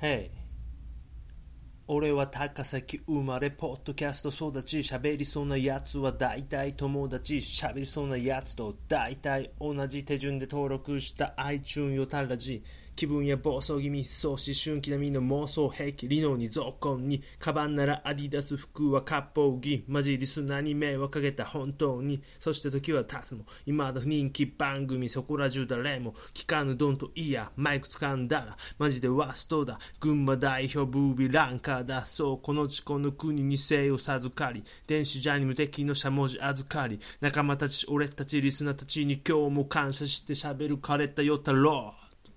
Hey 俺は高崎生まれポッドキャスト育ち喋りそうなやつは大体友達喋りそうなやつと大体同じ手順で登録した iTunes よたらじ気分や暴走気味そう思春期並みの妄想癖理能に増根にカバンならアディダス服は割烹着マジリスナーに迷惑かけた本当にそして時は経つも今だ人気番組そこら中誰も聞かぬドンといやマイク掴んだらマジでワストだ群馬代表ブービーランカーだそうこの地この国に生を授かり電子ジャニ無敵のしゃもじ預かり仲間たち俺たちリスナーたちに今日も感謝して喋る枯れたよ太郎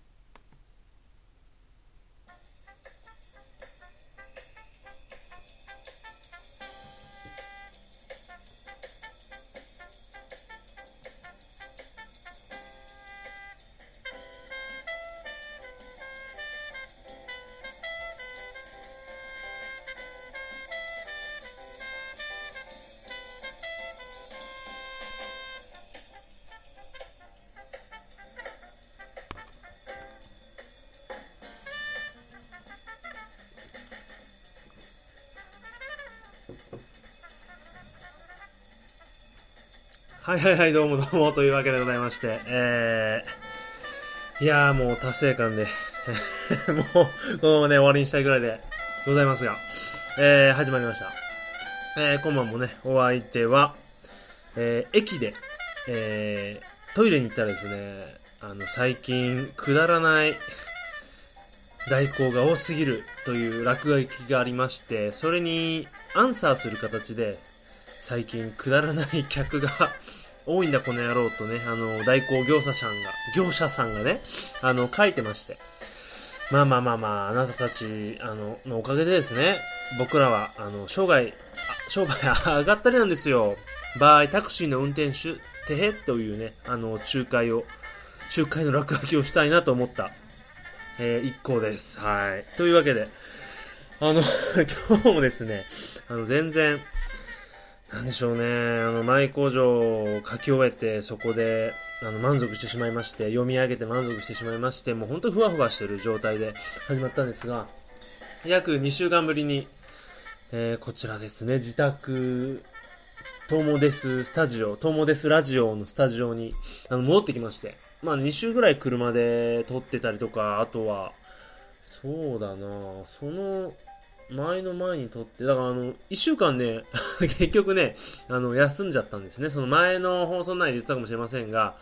はいどうもというわけでございましていやーもう達成感でもうこのままね終わりにしたいぐらいでございますが始まりました今晩もねお相手は駅でトイレに行ったらですね最近くだらない代行が多すぎるという落書きがありましてそれにアンサーする形で最近くだらない客が多いんだこの野郎とね代行業者さんがね書いてましてまああなたたちのおかげでですね僕らは商売上がったりなんですよバイタクシーの運転手てへというね仲介の落書きをしたいなと思った一行ですはいというわけで今日もですね全然なんでしょうねマイ工場を書き終えてそこで満足してしまいまして読み上げて満足してしまいましてもう本当にふわふわしてる状態で始まったんですが約2週間ぶりに、こちらですね自宅トーモデスラジオのスタジオに戻ってきまして2週ぐらい車で撮ってたりとかあとはそうだなその前に撮ってだから1週間ね結局ね休んじゃったんですねその前の放送内で言ってたかもしれませんが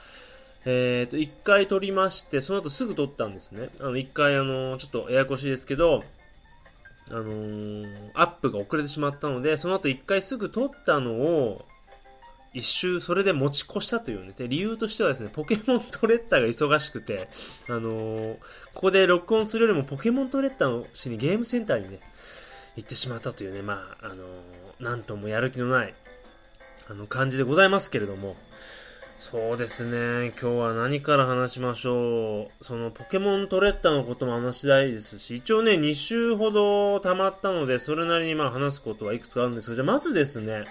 1回撮りましてその後すぐ撮ったんですね1回ちょっとややこしいですけどアップが遅れてしまったのでその後1回すぐ撮ったのを一周それで持ち越したというねで理由としてはですねポケモントレッターが忙しくてここで録音するよりもポケモントレッターのしにゲームセンターにね行ってしまったというねなんともやる気のない感じでございますけれどもそうですね今日は何から話しましょうそのポケモントレッターのことも話したいですし一応ね2週ほど溜まったのでそれなりに話すことはいくつかあるんですがじゃあまずですね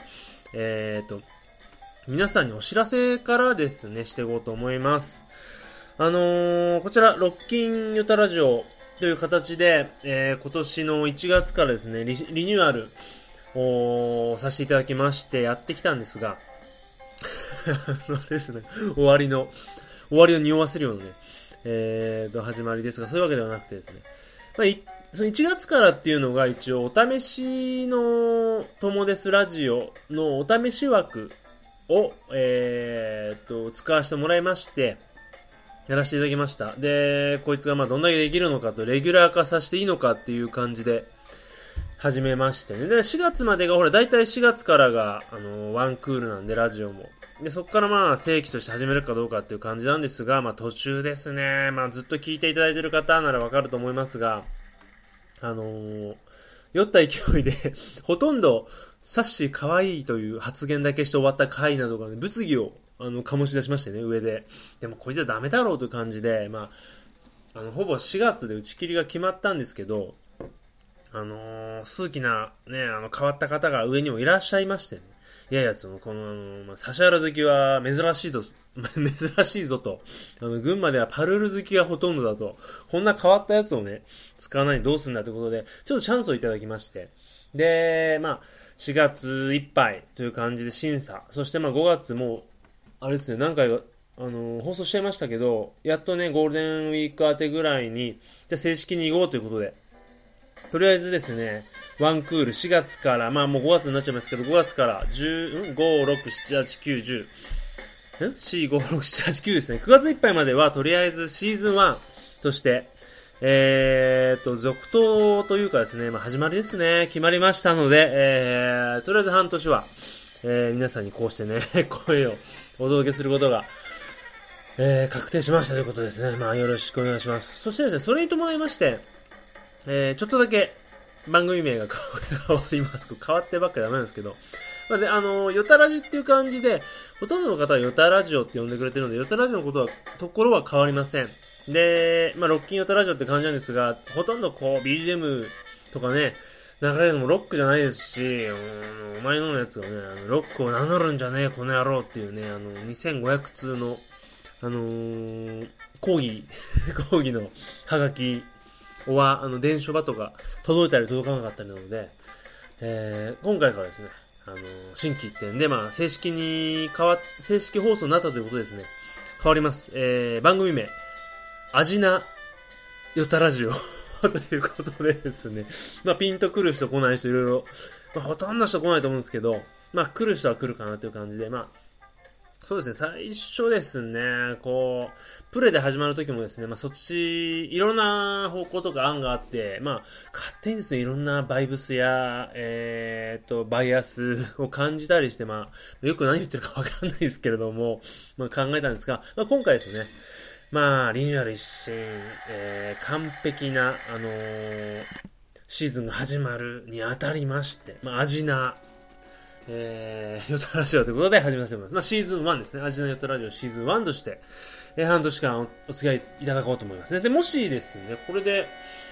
皆さんにお知らせからですねしていこうと思いますこちらロッキンユタラジオという形で、今年の1月からですねリニューアルをさせていただきましてやってきたんですがそうですね終わりを匂わせるようなね始まりですがそういうわけではなくてですねその1月からっていうのが一応お試しの友ですラジオのお試し枠を使わせてもらいましてやらせていただきましたでこいつがどんだけできるのかとレギュラー化させていいのかっていう感じで始めましてねで4月までがだいたい4月からがワンクールなんでラジオもでそこから正規として始めるかどうかっていう感じなんですが途中ですねずっと聞いていただいている方ならわかると思いますが酔った勢いでほとんどサッシー可愛いという発言だけして終わった回などがね物議を醸し出しましてね上ででもこいつはダメだろうという感じでほぼ4月で打ち切りが決まったんですけど数奇なね変わった方が上にもいらっしゃいましてねいやいや、この指原好きは珍しいぞと、群馬ではパルル好きがほとんどだと、こんな変わったやつをね、使わないでどうすんだということで、ちょっとチャンスをいただきまして、で、4月いっぱいという感じで審査、そして5月も、あれですね、何回か、放送しちゃいましたけど、やっとね、ゴールデンウィーク明けぐらいに、じゃあ正式に行こうということで、とりあえずですね、ワンクール4月から、もう5月になっちゃいますけど、5月から5、6、7、8、9、10、4、5、6、7、8、9ですね。9月いっぱいまでは、とりあえずシーズン1として、続投というかですね、始まりですね、決まりましたので、とりあえず半年は、皆さんにこうしてね、声をお届けすることが、確定しましたということですね。よろしくお願いします。そしてですね、それに伴いまして、ちょっとだけ番組名が変わります。変わってばっかりダメなんですけど、で、ヨタラジっていう感じで、ほとんどの方はヨタラジオって呼んでくれてるので、ヨタラジオのところは変わりません。で、ロッキンヨタラジオって感じなんですが、ほとんどBGM とかね、流れるのもロックじゃないですし、お前のやつがね、ロックを名乗るんじゃねえ、この野郎っていうね、2500通の、講義のハガキは、電書場とか届いたり届かなかったりなので、今回からですね、新規一点で、正式放送になったということですね。変わります。番組名、アジナヨタラジオということでですね。ピンと来る人来ない人いろいろ、ほとんどの人来ないと思うんですけど、来る人は来るかなという感じで、そうですね、最初ですね、プレで始まる時もですね、そっち、いろんな方向とか案があって、勝手にですね、いろんなバイブスや、バイアスを感じたりして、よく何言ってるかわかんないですけれども、考えたんですが、今回ですね、リニューアル一新、完璧な、シーズンが始まるにあたりまして、アジナ、ヨタラジオということで始めさせてもらいます。シーズン1ですね。アジナヨタラジオシーズン1として、半年間お付き合いいただこうと思いますね。で、もしですね、これで、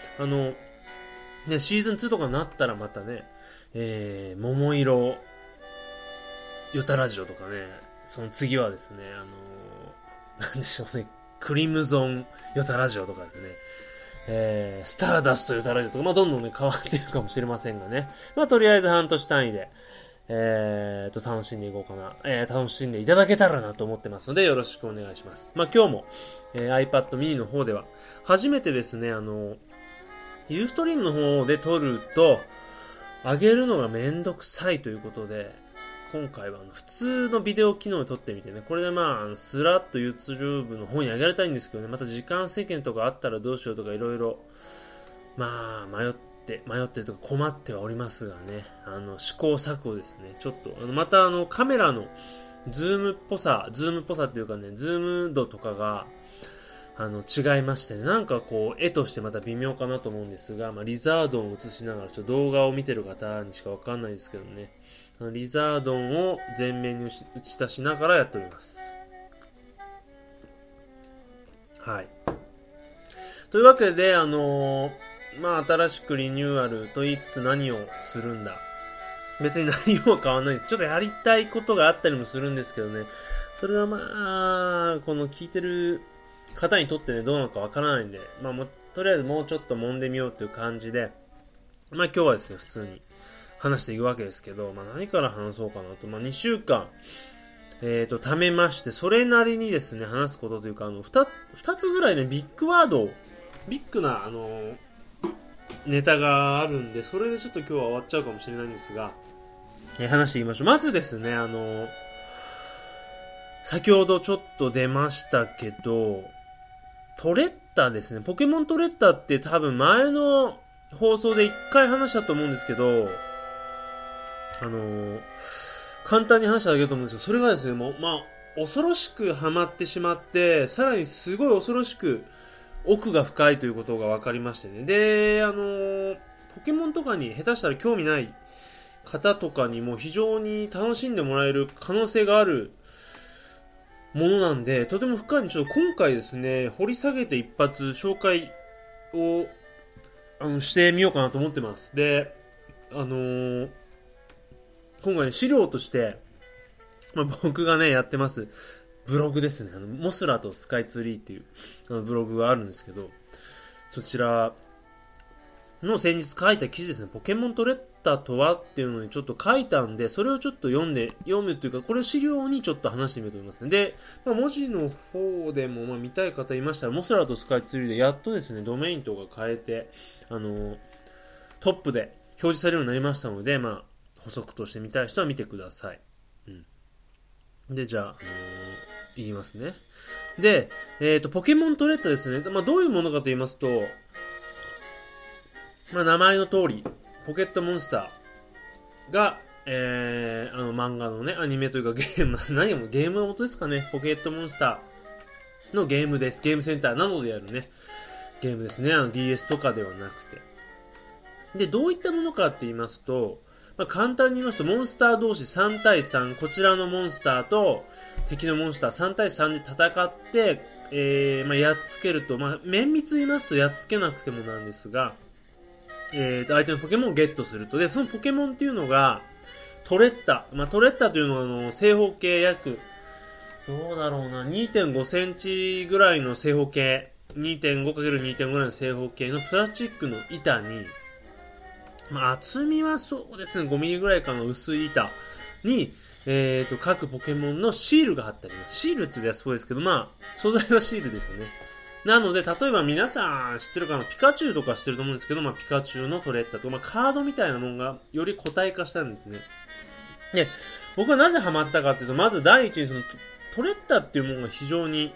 シーズン2とかになったらまたね、桃色ヨタラジオとかね、その次はですね、なんでしょうね、クリムゾンヨタラジオとかですね、スターダストヨタラジオとか、どんどんね、変わっていくかもしれませんがね。とりあえず半年単位で、楽しんでいこうかな。楽しんでいただけたらなと思ってますので、よろしくお願いします。今日も、iPad mini の方では、初めてですね、ユーストリームの方で撮ると、上げるのがめんどくさいということで、今回は普通のビデオ機能で撮ってみてね、これでスラッと YouTube の方に上げられたいんですけどね、また時間制限とかあったらどうしようとかいろいろ、迷ってとか困ってはおりますがね、試行錯誤ですね。ちょっと、またカメラのズームっぽさっていうかね、ズーム度とかが、違いましてね、絵としてまた微妙かなと思うんですが、リザードンを映しながら、ちょっと動画を見てる方にしかわかんないですけどね、リザードンを前面に打ち出しながらやっております。はい。というわけで、新しくリニューアルと言いつつ何をするんだ。別に何も変わんないんです。ちょっとやりたいことがあったりもするんですけどね。それはこの聞いてる方にとってね、どうなのかわからないんで、とりあえずもうちょっと揉んでみようという感じで、今日はですね、普通に話していくわけですけど、何から話そうかなと、2週間、貯めまして、それなりにですね、話すことというか、二つぐらいね、ビッグな、ネタがあるんで、それでちょっと今日は終わっちゃうかもしれないんですが、話していきましょう。まずですね、先ほどちょっと出ましたけど、トレッタですね。ポケモントレッタって多分前の放送で一回話したと思うんですけど、簡単に話しただけだと思うんですけど、それがですね、恐ろしくハマってしまって、さらにすごい恐ろしく奥が深いということが分かりましてね。で、ポケモンとかに下手したら興味ない方とかにも非常に楽しんでもらえる可能性があるものなんで、とても深いんで、ちょっと今回ですね、掘り下げて一発紹介をしてみようかなと思ってます。で、今回ね、資料として僕がね、やってます、ブログですね。モスラとスカイツリーっていう、ブログがあるんですけど、そちらの先日書いた記事ですね。ポケモントレッタとはっていうのにちょっと書いたんで、それをちょっと読むというか、これを資料にちょっと話してみようと思いますね。で、文字の方でも見たい方いましたら、モスラとスカイツリーでやっとですね、ドメインとか変えて、トップで表示されるようになりましたので、補足として見たい人は見てください。で、じゃあ、言いますね。で、ポケモントレッタですね。どういうものかと言いますと、名前の通り、ポケットモンスターが、漫画のね、アニメというかゲーム、ゲームの元ですかね。ポケットモンスターのゲームです。ゲームセンターなどでやるね、ゲームですね。DS とかではなくて。で、どういったものかって言いますと、簡単に言いますと、モンスター同士3対3、こちらのモンスターと敵のモンスター3対3で戦って、やっつけると、綿密に言いますとやっつけなくてもなんですが、相手のポケモンをゲットすると。で、そのポケモンっていうのが、トレッタ。トレッタというのは、正方形約、どうだろうな、2.5 センチぐらいの正方形、2.5×2.5 ぐらいの正方形のプラスチックの板に、厚みはそうですね、5ミリぐらいかの薄い板に、各ポケモンのシールが貼ってあります。シールって言うと安っぽいですけど、素材はシールですよね。なので、例えば皆さん知ってるかな、ピカチュウとか知ってると思うんですけど、ピカチュウのトレッタとか、カードみたいなものがより固体化したんですね。で、僕はなぜハマったかっていうと、まず第一にそのトレッタっていうものが非常に、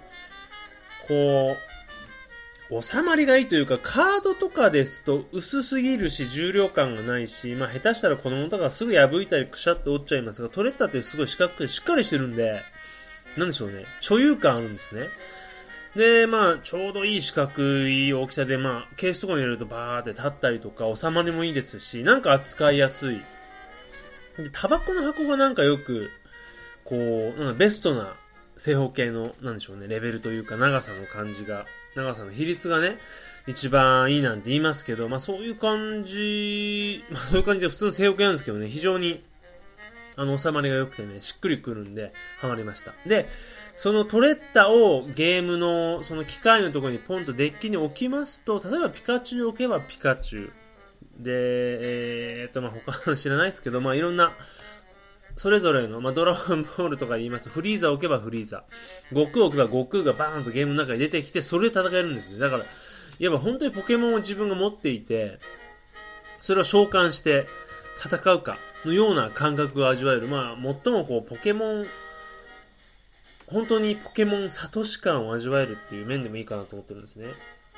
収まりがいいというか、カードとかですと薄すぎるし、重量感がないし、下手したら子供とかすぐ破いたりくしゃって折っちゃいますが、トレッタってすごい四角くてしっかりしてるんで、なんでしょうね、所有感あるんですね。で、ちょうどいい四角い大きさで、ケースとかに入れるとバーって立ったりとか、収まりもいいですし、扱いやすい。で、タバコの箱がよく、ベストな正方形の、レベルというか、長さの比率がね、一番いいなんて言いますけど、そういう感じで普通の正方形なんですけどね、非常に、収まりが良くてね、しっくりくるんで、ハマりました。で、そのトレッタをゲームのその機械のところにポンとデッキに置きますと、例えばピカチュウを置けばピカチュウ。で、他の知らないですけど、いろんな、それぞれの、ドラゴンボールとか言いますと、フリーザを置けばフリーザ。悟空を置けば悟空がバーンとゲームの中に出てきて、それで戦えるんですね。だから、いわば本当にポケモンを自分が持っていて、それを召喚して戦うかのような感覚が味わえる。最もポケモン、本当にポケモンサトシ感を味わえるっていう面でもいいかなと思ってるんですね。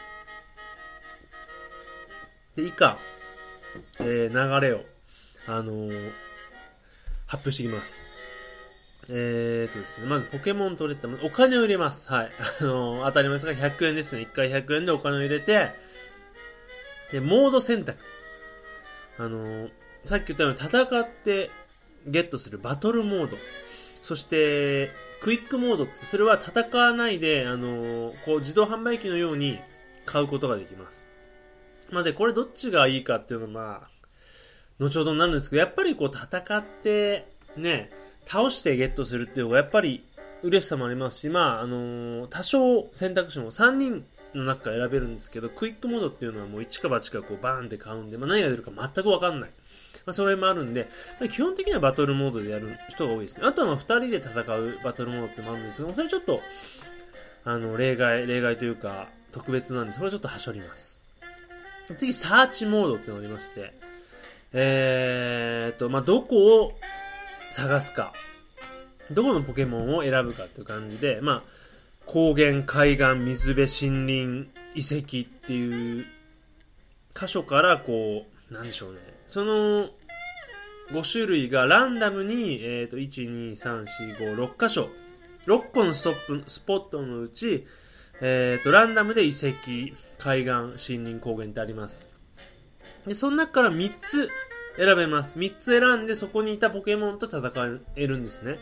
で、以下、流れを、発表していきます。ですね、まずポケモントレッタ、お金を入れます。はい。当たり前ですが100円ですね。1回100円でお金を入れて、で、モード選択。さっき言ったように戦ってゲットするバトルモード。そして、クイックモードって、それは戦わないで、自動販売機のように買うことができます。で、これどっちがいいかっていうのは、後ほどになるんですけど、やっぱり戦って、ね、倒してゲットするっていう方が、やっぱり嬉しさもありますし、多少選択肢も3人の中から選べるんですけど、クイックモードっていうのはもう一か八かバーンって買うんで、何が出るか全くわかんない。それもあるんで、基本的にはバトルモードでやる人が多いですね。あとは2人で戦うバトルモードってもあるんですが、それちょっと、例外というか、特別なんで、それはちょっとはしょります。次、サーチモードっていうのがありまして、どこを探すか、どこのポケモンを選ぶかっていう感じで、高原、海岸、水辺、森林、遺跡っていう箇所からなんでしょうね。その5種類がランダムに、1、2、3、4、5、6箇所、6個のスポットのうち、ランダムで遺跡、海岸、森林、高原ってあります。で、その中から3つ選べます。3つ選んでそこにいたポケモンと戦えるんですね。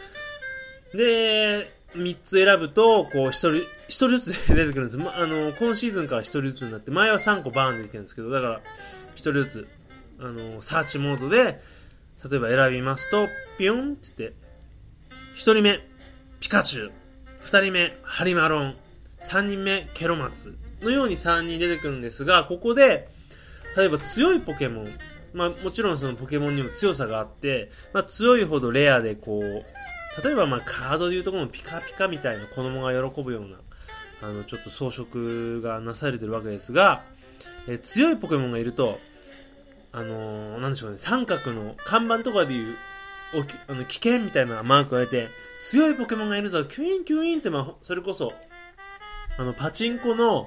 で、3つ選ぶと、1人ずつ出てくるんです。今シーズンから1人ずつになって、前は3個バーン出てきたんですけど、だから、1人ずつ、サーチモードで、例えば選びますと、ピヨンって言って、 1人目ピカチュウ、2人目ハリマロン、3人目ケロマツのように3人出てくるんですが、ここで例えば強いポケモン、もちろんそのポケモンにも強さがあって、強いほどレアでこう、例えばカードでいうところのピカピカみたいな子供が喜ぶようなちょっと装飾がなされてるわけですが、強いポケモンがいるとなんでしょうね、三角の看板とかでいう危険みたいなマークが出て、強いポケモンがいるとキュインキュインって、それこそパチンコの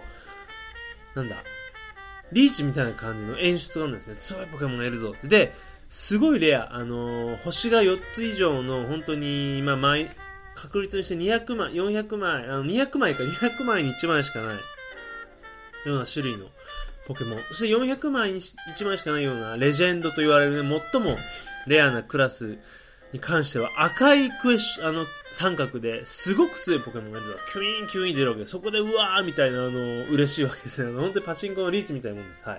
リーチみたいな感じの演出があるんですね。強いポケモンがいるぞって。で、すごいレア、星が4つ以上の本当に確率にして200枚、400枚、200枚か200枚に1枚しかないような種類のポケモン。そして400枚に1枚しかないようなレジェンドと言われるね、最もレアなクラスに関しては赤い三角ですごく強いポケモンがいるとキュイーンキュイーン出るわけで、そこでうわーみたいな嬉しいわけですね。本当にパチンコのリーチみたいなもんです。はい。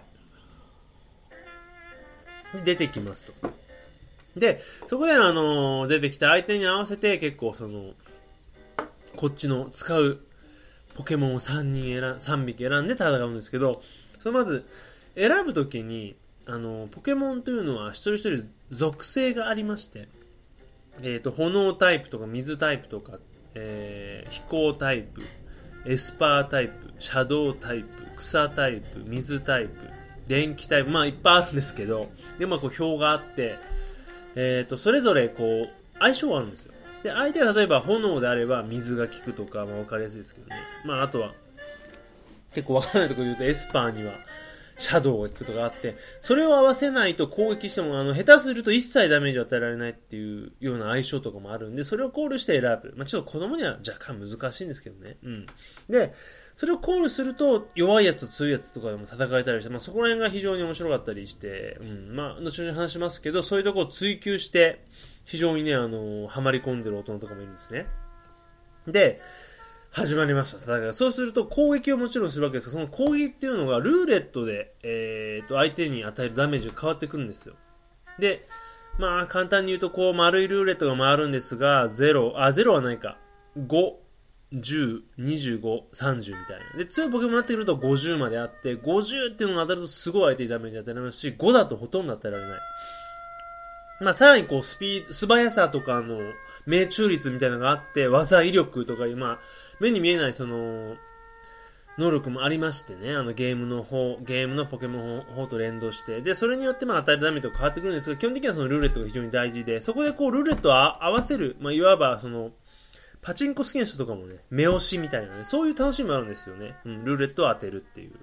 出てきますと。で、そこで出てきた相手に合わせて結構こっちの使うポケモンを3匹選んで戦うんですけど、まず選ぶときにポケモンというのは一人一人属性がありまして、炎タイプとか水タイプとか、飛行タイプ、エスパータイプ、シャドウタイプ、草タイプ、水タイプ、電気タイプ、いっぱいあるんですけど、でこう表があって、それぞれこう相性があるんですよ。で、相手は例えば炎であれば水が効くとか、分かりやすいですけどね。あとは結構分からないところで言うとエスパーにはシャドウが効くとかあって、それを合わせないと攻撃しても下手すると一切ダメージを与えられないっていうような相性とかもあるんで、それを考慮して選ぶ。ちょっと子供には若干難しいんですけどね。で、それを考慮すると弱いやつと強いやつとかでも戦えたりして、そこら辺が非常に面白かったりして、後に話しますけど、そういうところを追求して非常にねハマり込んでる大人とかもいるんですね。で、始まりました戦い。そうすると攻撃をもちろんするわけですが、その攻撃っていうのがルーレットで相手に与えるダメージが変わってくるんですよ。で、簡単に言うとこう丸いルーレットが回るんですが、0はないか、5、10、25、30みたいな。で、強いポケモンになってくると50まであって、50っていうのが当たるとすごい相手にダメージ与えられますし、5だとほとんど与えられない。さらにこう素早さとか命中率みたいなのがあって、技威力とか目に見えない能力もありましてね、ゲームのポケモン方と連動して、で、それによって与えるダメージとか変わってくるんですが、基本的にはそのルーレットが非常に大事で、そこでこうルーレットを合わせる、いわばパチンコ好きな人とかもね、目押しみたいなね、そういう楽しみもあるんですよね。ルーレットを当てるっていう。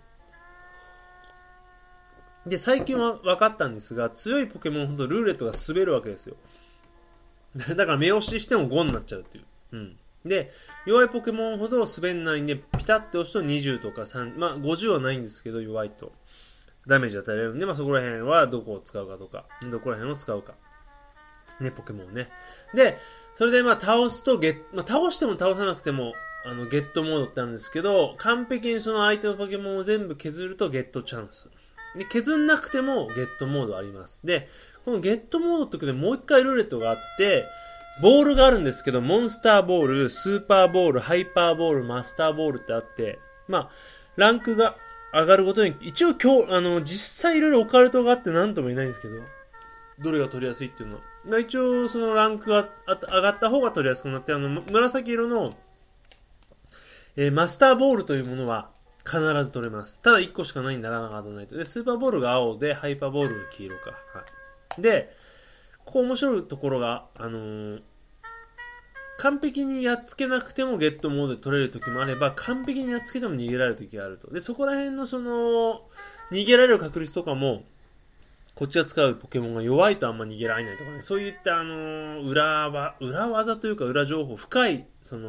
で、最近は分かったんですが、強いポケモンほどルーレットが滑るわけですよ。だから目押ししても5になっちゃうっていう。で、弱いポケモンほど滑んないんで、ピタッと押すと20とか3、50はないんですけど、弱いとダメージ与えられるんで、そこら辺はどこを使うかとか、どこら辺を使うか。ね、ポケモンね。で、それで倒すと倒しても倒さなくても、ゲットモードってあるんですけど、完璧にその相手のポケモンを全部削るとゲットチャンス。で、削んなくてもゲットモードあります。で、このゲットモードってことでもう一回ルーレットがあって、ボールがあるんですけど、モンスターボール、スーパーボール、ハイパーボール、マスターボールってあって、ランクが上がるごとに、一応実際いろいろオカルトがあって何とも言えないんですけど、どれが取りやすいっていうのは。一応そのランクが上がった方が取りやすくなって、紫色の、マスターボールというものは必ず取れます。ただ1個しかないんだから当たらないと。で、スーパーボールが青で、ハイパーボールが黄色か。はい。で、ここ面白いところが、完璧にやっつけなくてもゲットモードで取れる時もあれば、完璧にやっつけても逃げられる時があると。で、そこら辺の逃げられる確率とかも、こっちが使うポケモンが弱いとあんま逃げられないとかね、そういった裏技というか裏情報、深い、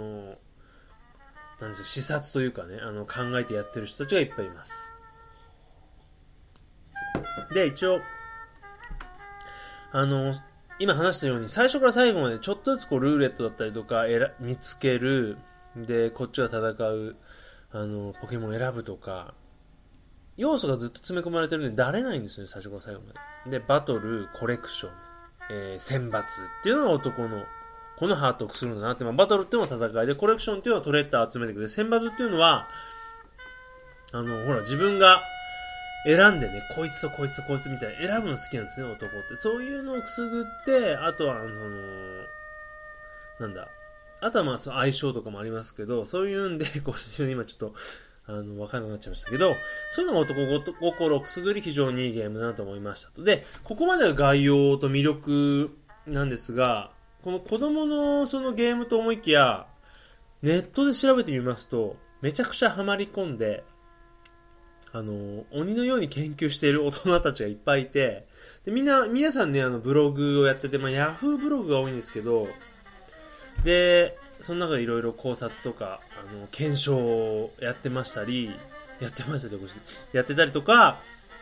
なんでしょう、視察というかね、考えてやってる人たちがいっぱいいます。で、一応、今話したように最初から最後までちょっとずつルーレットだったりとか見つける、でこっちが戦うポケモンを選ぶとか要素がずっと詰め込まれてるんでだれないんですよね、最初から最後まで。でバトル、コレクション、選抜っていうのが男のこのハートをくするんだなって、バトルっていうのは戦いで、コレクションっていうのはトレッダー集めてくれて、選抜っていうのは、ほら、自分が選んでね、こいつとこいつとこいつみたいな選ぶの好きなんですね、男って。そういうのをくすぐって、あとは、あとはその相性とかもありますけど、そういうんで、非常に今ちょっと、わかんなくなっちゃいましたけど、そういうのが男心をくすぐり非常にいいゲームだなと思いました。で、ここまでが概要と魅力なんですが、この子供のそのゲームと思いきや、ネットで調べてみますと、めちゃくちゃハマり込んで、鬼のように研究している大人たちがいっぱいいて、で、皆さんね、ブログをやってて、ヤフーブログが多いんですけど、で、その中でいろいろ考察とか、検証をやってたりとか、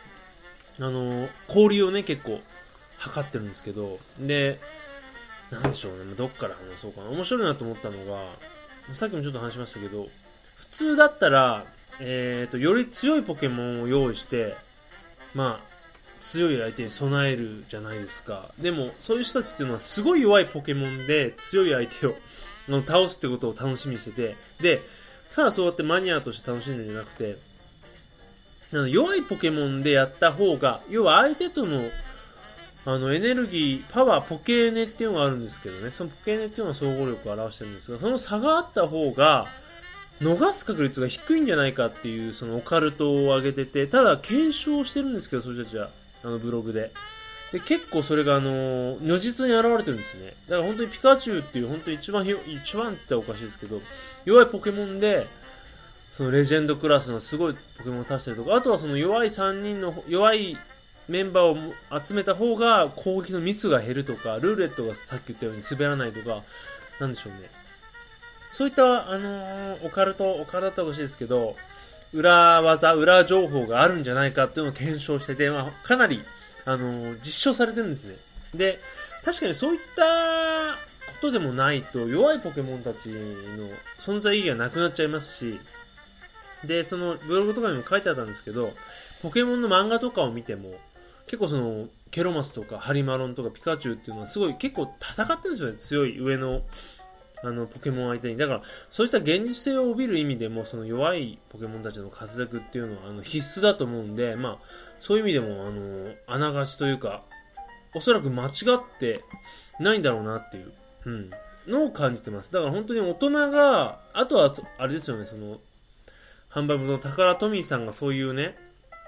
交流をね、結構、図ってるんですけど、で、なんでしょうね、どっから話そうかな。面白いなと思ったのが、さっきもちょっと話しましたけど、普通だったら、より強いポケモンを用意して、強い相手に備えるじゃないですか。でも、そういう人たちっていうのはすごい弱いポケモンで強い相手を倒すってことを楽しみにしてて、で、ただそうやってマニアとして楽しんでるんじゃなくて、弱いポケモンでやった方が、要は相手とのエネルギー、パワー、ポケーネっていうのがあるんですけどね、そのポケーネっていうのは総合力を表してるんですが、その差があった方が、逃す確率が低いんじゃないかっていう、そのオカルトを上げてて、ただ検証してるんですけど、そういう人たちは。ブログで。で、結構それが如実に現れてるんですね。だから本当にピカチュウっていう、本当に一番って言ったらおかしいですけど、弱いポケモンで、そのレジェンドクラスのすごいポケモンを足したりとか、あとはその弱いメンバーを集めた方が攻撃の密が減るとか、ルーレットがさっき言ったように滑らないとか、なんでしょうね。そういった、オカルトってほしいですけど、裏情報があるんじゃないかっていうのを検証してて、かなり、実証されてるんですね。で、確かにそういったことでもないと、弱いポケモンたちの存在意義がなくなっちゃいますし、で、そのブログとかにも書いてあったんですけど、ポケモンの漫画とかを見ても、結構その、ケロマスとかハリマロンとかピカチュウっていうのはすごい結構戦ってるんですよね。強い上のポケモン相手に。だから、そういった現実性を帯びる意味でも、その弱いポケモンたちの活躍っていうのは、必須だと思うんで、そういう意味でも、あながちというか、おそらく間違ってないんだろうなっていう、のを感じてます。だから本当に大人が、あとは、あれですよね、その、販売元のタカラトミーさんがそういうね、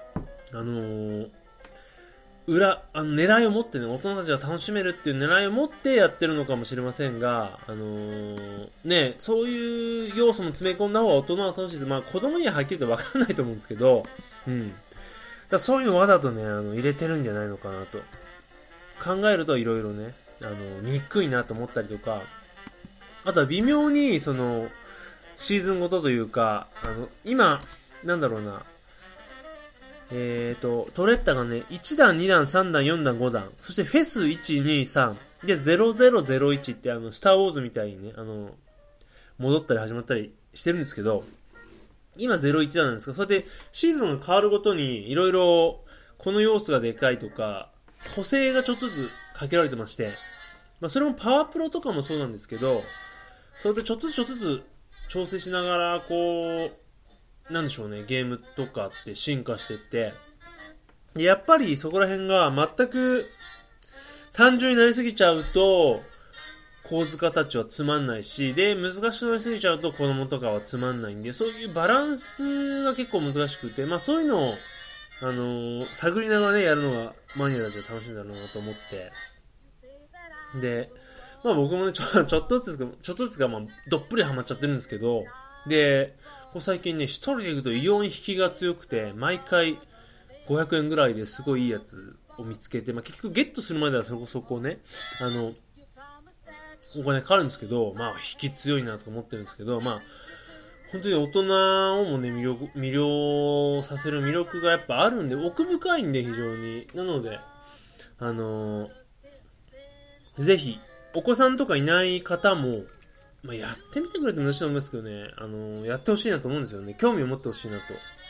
狙いを持ってね、大人たちが楽しめるっていう狙いを持ってやってるのかもしれませんが、そういう要素も詰め込んだ方が大人は楽しいです。子供にははっきりと分からないと思うんですけど、だそういうのをわざとね、入れてるんじゃないのかなと。考えるといろいろね、憎いなと思ったりとか、あとは微妙に、その、シーズンごとというか、今、なんだろうな、トレッタがね、1段、2段、3段、4段、5段、そしてフェス1、2、3、で、0001ってスターウォーズみたいにね、戻ったり始まったりしてるんですけど、今01段なんですが、そうやってシーズンが変わるごとに、いろいろ、この要素がでかいとか、補正がちょっとずつかけられてまして、それもパワープロとかもそうなんですけど、それでちょっとずつ調整しながら、こう、なんでしょうね、ゲームとかって進化してって、やっぱりそこら辺が全く単純になりすぎちゃうと、構図家たちはつまんないし、で、難しくなりすぎちゃうと子供とかはつまんないんで、そういうバランスが結構難しくて、そういうのを、探りながらね、やるのがマニアたちは楽しいんだろうなと思って。で、僕もね、ちょっとずつか、どっぷりハマっちゃってるんですけど、で、最近ね、一人で行くと異様に引きが強くて、毎回500円ぐらいですごいいいやつを見つけて、結局ゲットするまではそこね、お金かかるんですけど、引き強いなと思ってるんですけど、本当に大人をもね、魅了させる魅力がやっぱあるんで、奥深いんで非常に。なので、ぜひ、お子さんとかいない方も、やってみてくれても嬉しいと思いますけどね、やってほしいなと思うんですよね。興味を持ってほしいなと。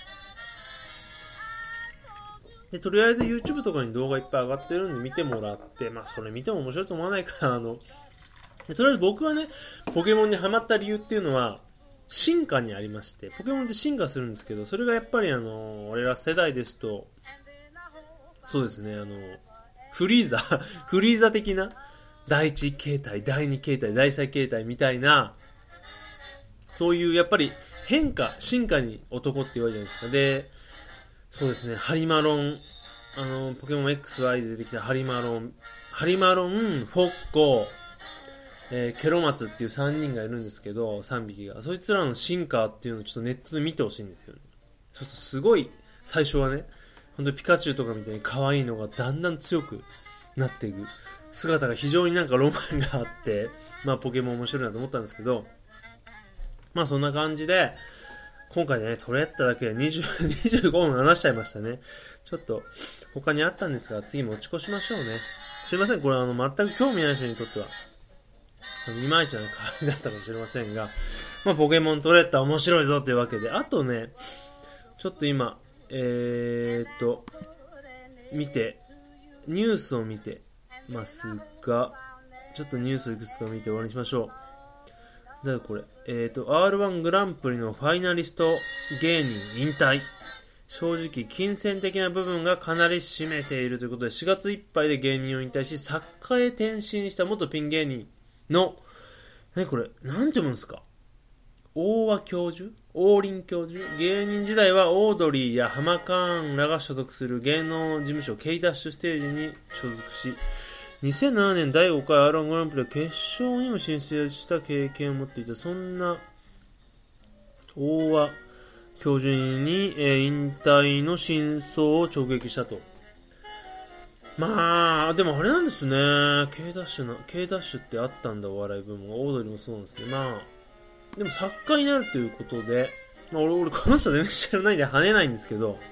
で、とりあえず YouTube とかに動画いっぱい上がってるんで見てもらって、それ見ても面白いと思わないから、 とりあえず僕はね、ポケモンにハマった理由っていうのは、進化にありまして、ポケモンって進化するんですけど、それがやっぱり俺ら世代ですと、そうですね、フリーザ的な、第一形態、第二形態、第三形態みたいな、そういうやっぱり進化に男って言われるじゃないですか。で、そうですね、ハリマロン、ポケモン XY で出てきたハリマロン、フォッコ、ケロマツっていう3人がいるんですけど、3匹が。そいつらの進化っていうのをちょっとネットで見てほしいんですよね。そうするとすごい、最初はね、本当にピカチュウとかみたいに可愛いのがだんだん強くなっていく姿が非常になんかロマンがあって、まあポケモン面白いなと思ったんですけど、まあそんな感じで、今回ね、取れただけで25分話しちゃいましたね。ちょっと、他にあったんですが、次持ち越しましょうね。すいません、これ全く興味ない人にとっては、いまいちな会だったかもしれませんが、まあポケモン取れた面白いぞというわけで、あとね、ちょっと今、見て、ニュースを見てますが、ちょっとニュースをいくつか見て終わりにしましょう。だからこれ、R1 グランプリのファイナリスト芸人引退。正直、金銭的な部分がかなり占めているということで、4月いっぱいで芸人を引退し、作家へ転身した元ピン芸人の、これ、なんて読むんですか？王林教授芸人時代はオードリーやハマカーンらが所属する芸能事務所 K-DASH ステージに所属し、2007年第5回 R1 グランプリ決勝にも進出した経験を持っていた。そんな大和教授に、引退の真相を直撃したと。まあでもあれなんですね、 K-DASH ってあったんだ、お笑い部門が。オードリーもそうなんですね。まあでも作家になるということで、まあ、俺この人全然知らないんで跳ねないんですけど、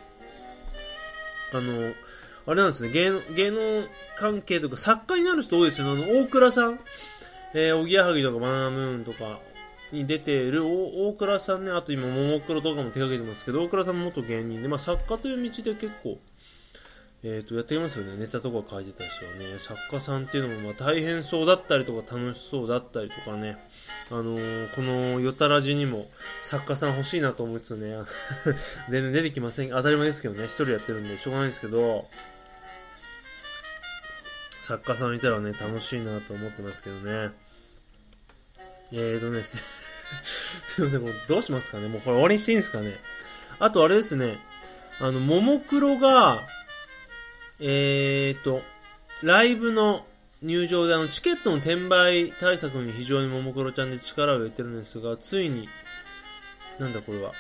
あれなんですね、芸能関係とか作家になる人多いですよね。大倉さん、おぎやはぎとかバナナムーンとかに出ている大倉さんね、あと今ももクロとかも手掛けてますけど、大倉さんも元芸人で、まあ作家という道で結構やっていますよね。ネタとか書いてた人はね、作家さんっていうのもまあ大変そうだったりとか楽しそうだったりとかね、このヨタラジにも作家さん欲しいなと思いつつね全然出てきません。当たり前ですけどね、一人やってるんでしょうがないですけど、作家さんいたらね楽しいなと思ってますけどね。すいません、これどうしますかね。もうこれ終わりにしていいんですかね。あとあれですね、ももクロがライブの入場でチケットの転売対策に非常にももクロちゃんで力を入れてるんですが、ついになんだこれは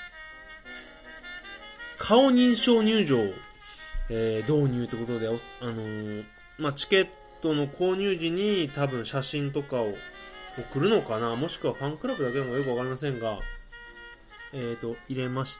顔認証入場を、導入ということで、まあ、チケットの購入時に多分写真とかを送るのかな、もしくはファンクラブだけなのかよくわかりませんが、入れまして、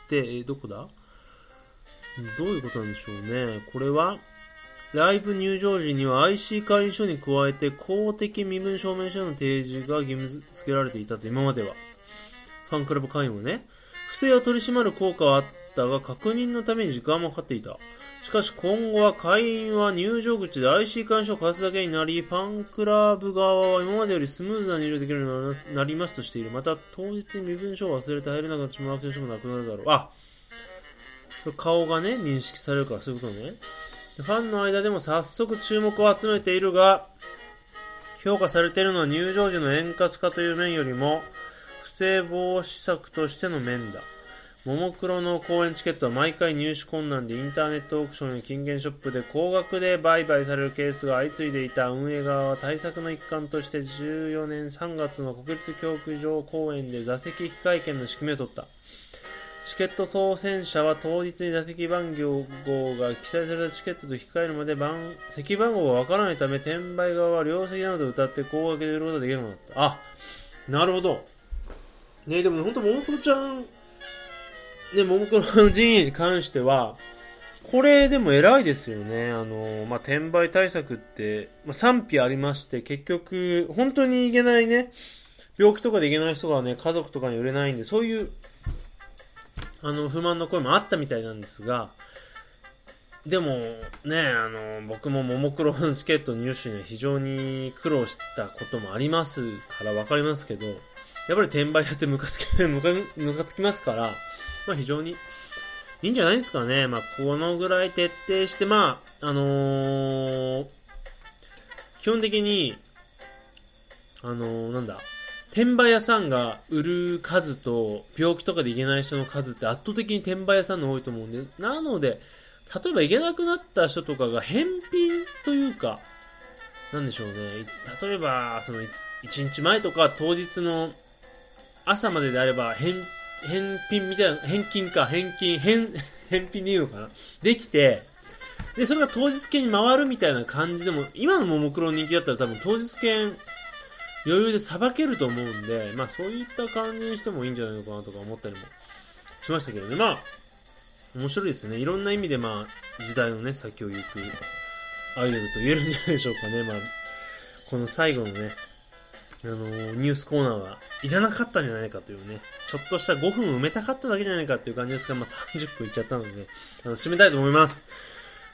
どこだ、どういうことなんでしょうね。これはライブ入場時には IC 会員証に加えて公的身分証明書の提示が義務付けられていたと。今まではファンクラブ会員をね、不正を取り締まる効果はあったが確認のために時間もかかっていた。しかし今後は会員は入場口で IC 会員証をかざすだけになり、ファンクラブ側は今までよりスムーズな入場できるようになりますとしている。また当日に身分証を忘れて入れなくなってしまう選手もなくなるだろう。あ、顔がね認識されるから、そういうことね。ファンの間でも早速注目を集めているが、評価されているのは入場時の円滑化という面よりも不正防止策としての面だ。ももクロの公演チケットは毎回入手困難で、インターネットオークションや金券ショップで高額で売買されるケースが相次いでいた。運営側は対策の一環として14年3月の国立競技場公演で座席引換券の仕組みを取った。チケット当選者は当日に座席番号が記載されたチケットと引き換えるまで席番号がわからないため、転売側は両席などで歌って高額で売ることができるようになった。あ、なるほどね。でも本当ももクロちゃんね、ももクロの陣営に関してはこれでも偉いですよね。まあ、転売対策って、賛否ありまして、結局本当にいけないね、病気とかでいけない人がね、家族とかに売れないんで、そういう不満の声もあったみたいなんですが、 でもね、僕もももクロのチケット入手には非常に苦労したこともありますからわかりますけど、やっぱり転売屋ってムカつきますから、まあ非常にいいんじゃないですかね。まあこのぐらい徹底して、まあ基本的に転売屋さんが売る数と病気とかでいけない人の数って圧倒的に転売屋さんの多いと思うんで、なので例えばいけなくなった人とかが返品というか、なんでしょうね。例えばその1日前とか当日の朝までであれば返品みたいな、返品でいいのかな、できて、でそれが当日券に回るみたいな感じでも、今のももクロ人気だったら多分当日券余裕でさばけると思うんで、まあそういった感じにしてもいいんじゃないのかなとか思ったりもしましたけどね。まあ面白いですね。いろんな意味でまあ時代のね先を行くアイドルと言えるんじゃないでしょうかね。まあこの最後のねニュースコーナーはいらなかったんじゃないかというね、ちょっとした5分埋めたかっただけじゃないかっていう感じですが、まあ30分いっちゃったのでね、締めたいと思います。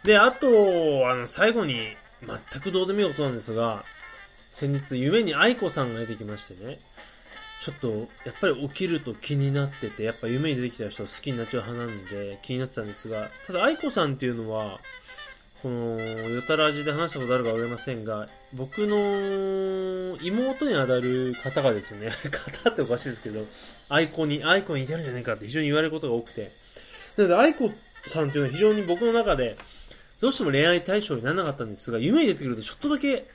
で、あと最後に全くどうでもいいことなんですが、先日夢に愛子さんが出てきましてね、ちょっとやっぱり起きると気になってて、やっぱ夢に出てきた人を好きになっちゃう派なので気になってたんですが、ただ愛子さんっていうのはこのヨタラジで話したことあるかわかりませんが、僕の妹にあたる方がですね方っておかしいですけど、愛子に似てるんじゃないかって非常に言われることが多くて、なので愛子さんっていうのは非常に僕の中でどうしても恋愛対象にならなかったんですが、夢に出てくるとちょっとだけ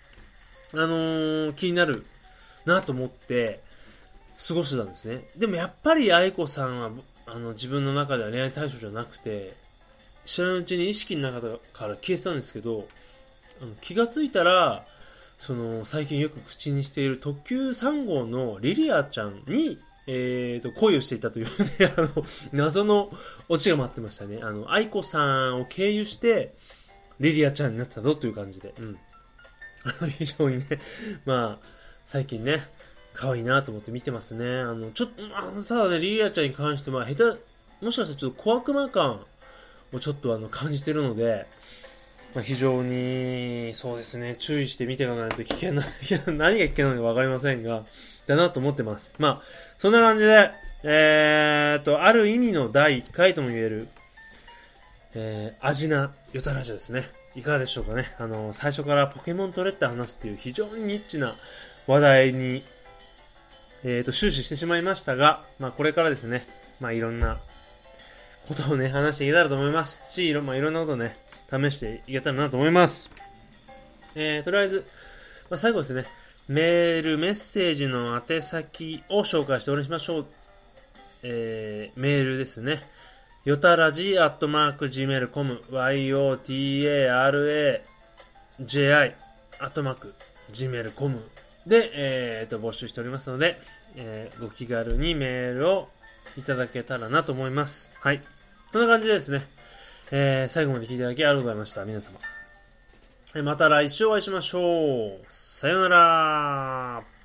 気になるなと思って過ごしてたんですね。でもやっぱり愛子さんは自分の中では恋愛対象じゃなくて、知らぬうちに意識の中から消えてたんですけど、気がついたら最近よく口にしている特急3号のリリアちゃんに恋をしていたというね謎のオチが待ってましたね。愛子さんを経由してリリアちゃんになったぞという感じで、非常にね、まあ最近ね可愛いなと思って見てますね。ただね、リリアちゃんに関してはもしかしたらちょっと小悪魔感をちょっと感じてるので、非常にそうですね、注意して見ていかないと危険な何が危険なのか分かりませんがだなと思ってます。まあそんな感じである意味の第1回とも言える味なヨタラジオですね。いかがでしょうかね。最初からポケモントレッター話すっていう非常にニッチな話題に終始してしまいましたが、まあこれからですね、まあいろんなことをね話していけたらと思いますし、いろんなことをね試していけたらなと思います。とりあえず、最後ですね、メッセージの宛先を紹介してお願いしましょう。メールですね。よたらじ@gmail.com yotaraji@gmail.com で、募集しておりますので、ご気軽にメールをいただけたらなと思います。はい。こんな感じでですね、最後まで聞いていただきありがとうございました。皆様。また来週お会いしましょう。さよなら。